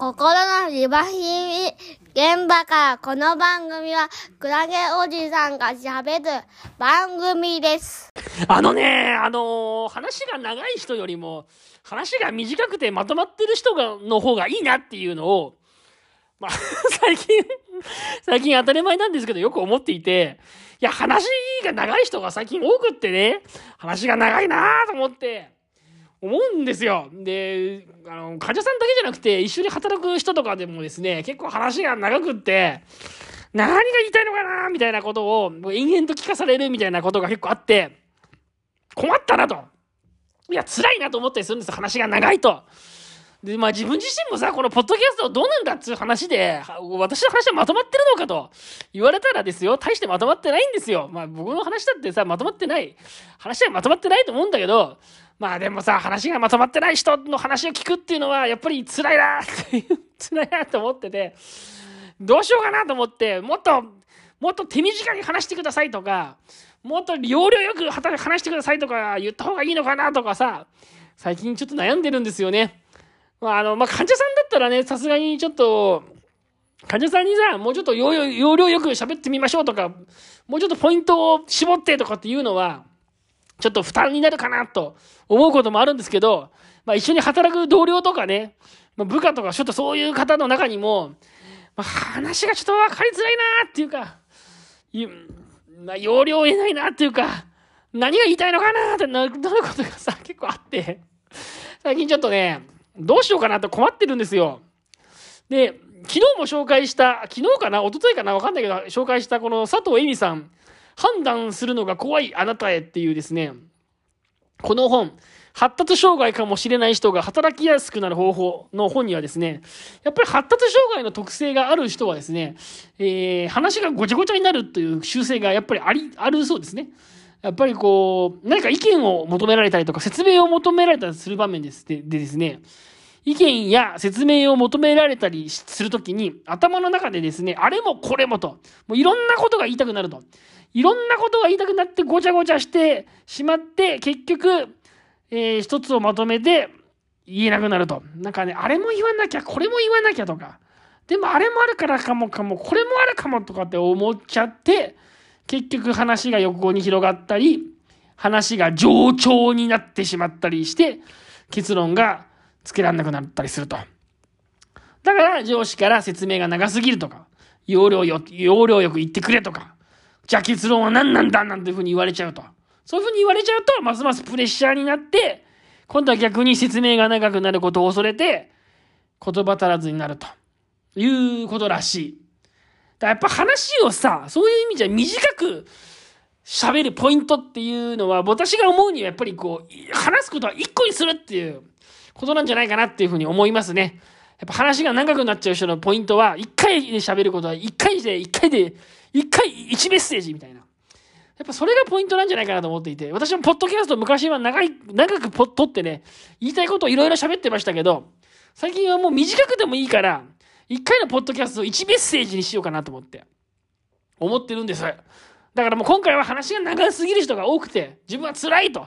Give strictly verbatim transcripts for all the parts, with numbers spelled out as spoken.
心のリバヒミ現場からこの番組はクラゲおじさんが喋る番組です。 あのね、あのー、話が長い人よりも話が短くてまとまってる人がの方がいいなっていうのを、まあ、最近、最近当たり前なんですけどよく思っていて、いや、話が長い人が最近多くってね、話が長いなと思って、思うんですよ。で、あの、患者さんだけじゃなくて、一緒に働く人とかでもですね、結構話が長くって、何が言いたいのかなみたいなことを延々と聞かされるみたいなことが結構あって、困ったなと。いや、辛いなと思ったりするんですよ。話が長いと。で、まあ自分自身もさ、このポッドキャストどうなんだっていう話で、私の話はまとまってるのかと言われたらですよ、大してまとまってないんですよ。まあ僕の話だってさ、まとまってない。話はまとまってないと思うんだけど、まあでもさ、話がまとまってない人の話を聞くっていうのは、やっぱり辛いなっていう、辛いなと思ってて、どうしようかなと思って、もっと、もっと手短に話してくださいとか、もっと要領よく話してくださいとか言った方がいいのかなとかさ、最近ちょっと悩んでるんですよね。まあ、あの、まあ、患者さんだったらね、さすがにちょっと、患者さんにさ、もうちょっと要領、要領よく喋ってみましょうとか、もうちょっとポイントを絞ってとかっていうのは、ちょっと負担になるかなと思うこともあるんですけど、まあ、一緒に働く同僚とかね、まあ、部下とかちょっとそういう方の中にも、まあ、話がちょっと分かりづらいなっていうか、いうまあ、要領を得ないなっていうか、何が言いたいのかなってなることがさ、結構あって、最近ちょっとね、どうしようかなと困ってるんですよ。で、昨日も紹介した、昨日かな一昨日かなわかんないけど、紹介したこの佐藤恵美さん、判断するのが怖いあなたへっていうですね、この本、発達障害かもしれない人が働きやすくなる方法の本にはですね、やっぱり発達障害の特性がある人はですね、えー、話がごちゃごちゃになるという習性がやっぱりあり、あるそうですね。やっぱりこう、何か意見を求められたりとか説明を求められたりする場面です。で、でですね、意見や説明を求められたりするときに、頭の中でですね、あれもこれもと、もういろんなことが言いたくなると。いろんなことが言いたくなってごちゃごちゃしてしまって、結局、えー、一つをまとめて言えなくなると。なんかね、あれも言わなきゃ、これも言わなきゃとか、でもあれもあるからかもかも、これもあるかもとかって思っちゃって、結局話が横に広がったり、話が冗長になってしまったりして、結論がつけられなくなったりすると。だから上司から説明が長すぎるとか、要領よ、要領よく言ってくれとか、じゃあ結論は何なんだなんていうふうに言われちゃうと。そういうふうに言われちゃうと、ますますプレッシャーになって、今度は逆に説明が長くなることを恐れて、言葉足らずになるということらしい。だやっぱ話をさ、そういう意味じゃ短く喋るポイントっていうのは、私が思うにはやっぱりこう、話すことは一個にするっていうことなんじゃないかなっていうふうに思いますね。やっぱ話が長くなっちゃう人のポイントは、一回で喋ることは一回で、一回で、一回一メッセージみたいな。やっぱそれがポイントなんじゃないかなと思っていて、私もポッドキャスト昔は長い、長くポッ撮ってね、言いたいことをいろいろ喋ってましたけど、最近はもう短くてもいいから、一回のポッドキャストを一メッセージにしようかなと思って、思ってるんです。だからもう今回は話が長すぎる人が多くて、自分は辛いと。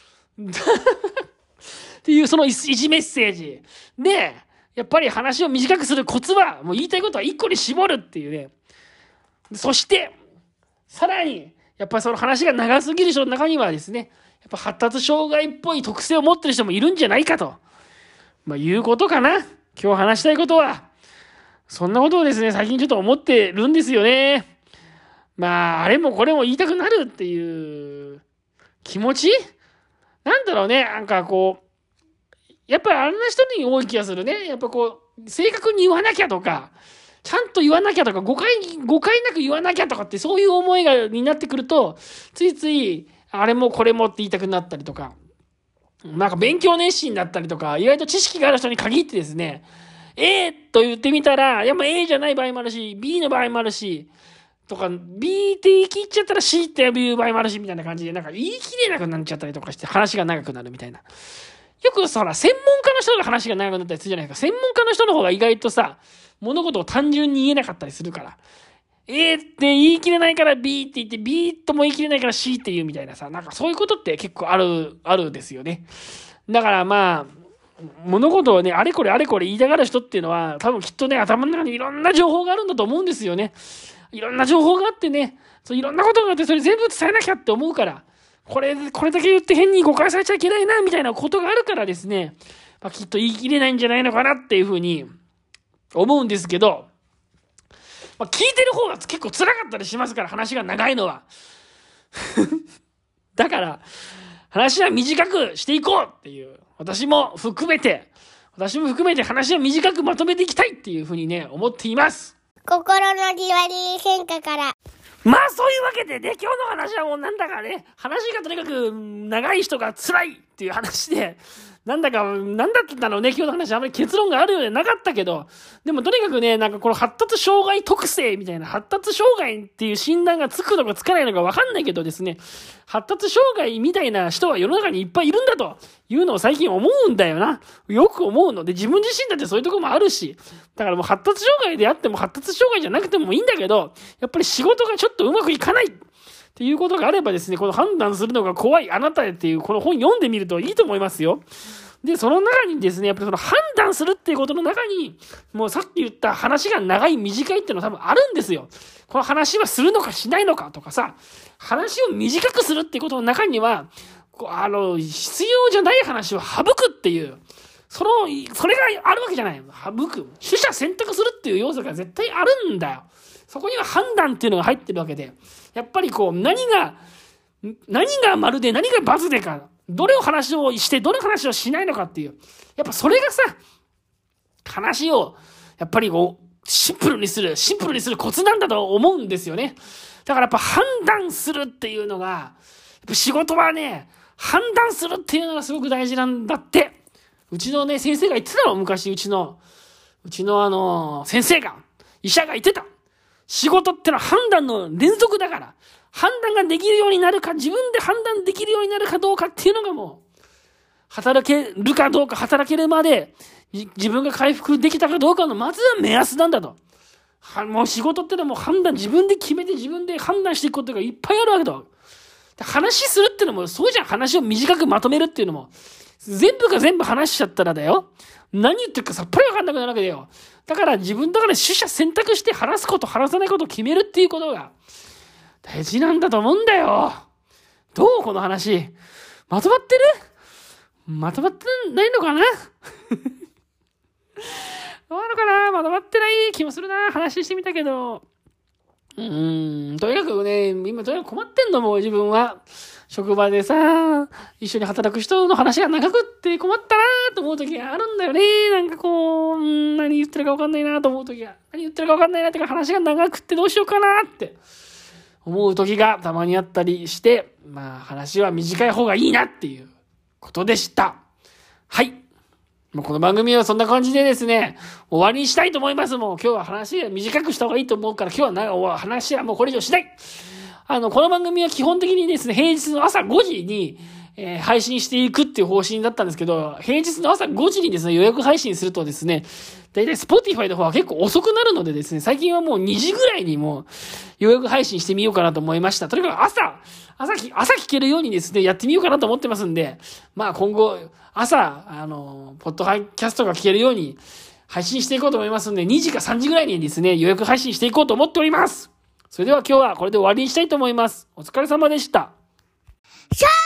っていうその一メッセージ。で、やっぱり話を短くするコツは、もう言いたいことは一個に絞るっていうね。そして、さらに、やっぱりその話が長すぎる人の中にはですね、やっぱ発達障害っぽい特性を持ってる人もいるんじゃないかと。まあ、いうことかな。今日話したいことは。そんなことをですね、最近ちょっと思ってるんですよね。まあ、あれもこれも言いたくなるっていう気持ちなんだろうね。なんかこう、やっぱりあんな人に多い気がするね。やっぱこう、正確に言わなきゃとか、ちゃんと言わなきゃとか、誤解、誤解なく言わなきゃとかってそういう思いが、になってくると、ついつい、あれもこれもって言いたくなったりとか、なんか勉強熱心だったりとか、意外と知識がある人に限ってですね、A と言ってみたら、やっぱ A じゃない場合もあるし、B の場合もあるし、とか、B って言い切っちゃったら C っていう場合もあるし、みたいな感じで、なんか言い切れなくなっちゃったりとかして話が長くなるみたいな。よくそら、専門家の人が話が長くなったりするじゃないですか。専門家の人の方が意外とさ、物事を単純に言えなかったりするから。A って言い切れないから B って言って、B とも言い切れないから C って言うみたいなさ、なんかそういうことって結構ある、あるですよね。だからまあ、 物事をね、あれこれあれこれ言いたがる人っていうのは、多分きっとね、頭の中にいろんな情報があるんだと思うんですよね。いろんな情報があってね、そういろんなことがあって、それ全部伝えなきゃって思うから、これ、これだけ言って変に誤解されちゃいけないな、みたいなことがあるからですね、まあ、きっと言い切れないんじゃないのかなっていうふうに思うんですけど、まあ、聞いてる方が結構辛かったりしますから、話が長いのは。だから、話は短くしていこうっていう、私も含めて、私も含めて話を短くまとめていきたいっていうふうにね、思っています。 心のじわり喧嘩から。 まあそういうわけでね、今日の話はもうなんだかね、話がとにかく長い人が辛いっていう話で、なんだか、なんだったんだろうね、今日の話あんまり結論があるようでなかったけど、でもとにかくね、なんかこの発達障害特性みたいな、発達障害っていう診断がつくのかつかないのかわかんないけどですね、発達障害みたいな人は世の中にいっぱいいるんだというのを最近思うんだよな。よく思うので、自分自身だってそういうところもあるし、だからもう発達障害であっても発達障害じゃなくてもいいんだけど、やっぱり仕事がちょっとうまくいかないっていうことがあればですね、この判断するのが怖いあなたへっていうこの本読んでみるといいと思いますよ。で、その中にですね、やっぱりその判断するっていうことの中に、もうさっき言った話が長い短いっていうのは多分あるんですよ。この話はするのかしないのかとかさ、話を短くするっていうことの中には、こうあの、必要じゃない話を省くっていう、その、それがあるわけじゃない。省く。取捨選択するっていう要素が絶対あるんだよ。そこには判断っていうのが入ってるわけで、やっぱりこう、何が、何が丸で何が×でか、どれを話をして、どの話をしないのかっていう。やっぱそれがさ、話を、やっぱりこう、シンプルにする、シンプルにするコツなんだと思うんですよね。だからやっぱ判断するっていうのが、やっぱ仕事はね、判断するっていうのがすごく大事なんだって。うちのね、先生が言ってたの、昔、うちの、うちのあの、先生が、医者が言ってた。仕事ってのは判断の連続だから、判断ができるようになるか、自分で判断できるようになるかどうかっていうのがもう、働けるかどうか、働けるまで、自分が回復できたかどうかのまずは目安なんだと。もう仕事ってのはもう判断、自分で決めて自分で判断していくことがいっぱいあるわけだ。話するってのもそうじゃん。話を短くまとめるっていうのも。全部が全部話しちゃったらだよ。何言ってるかさっぱりわかんなくなるわけだよ。だから自分だから取捨選択して話すこと、話さないことを決めるっていうことが大事なんだと思うんだよ。どうこの話。まとまってる？まとまってないのかなどうなのかなまとまってない気もするな。話してみたけど。うーん、とにかくね、今とにかく困ってんのも自分は。職場でさ、一緒に働く人の話が長くって困ったなと思う時があるんだよね。なんかこう、ん何言ってるか分かんないなと思う時が、何言ってるか分かんないなってか話が長くってどうしようかなって思う時がたまにあったりして、まあ話は短い方がいいなっていうことでした。はい。もうこの番組はそんな感じでですね、終わりにしたいと思います。もう今日は話は短くした方がいいと思うから、今日はな話はもうこれ以上しない。あの、この番組は基本的にですね、平日の朝ごじに、えー、配信していくっていう方針だったんですけど、平日の朝ごじにですね、予約配信するとですね、だいたい Spotify の方は結構遅くなるのでですね、最近はもうにじぐらいにもう予約配信してみようかなと思いました。とにかく朝、朝き、朝聞けるようにですね、やってみようかなと思ってますんで、まあ今後、朝、あの、ポッドキャストが聞けるように配信していこうと思いますんで、にじかさんじぐらいにですね、予約配信していこうと思っております。それでは今日はこれで終わりにしたいと思います。お疲れ様でした。 シャー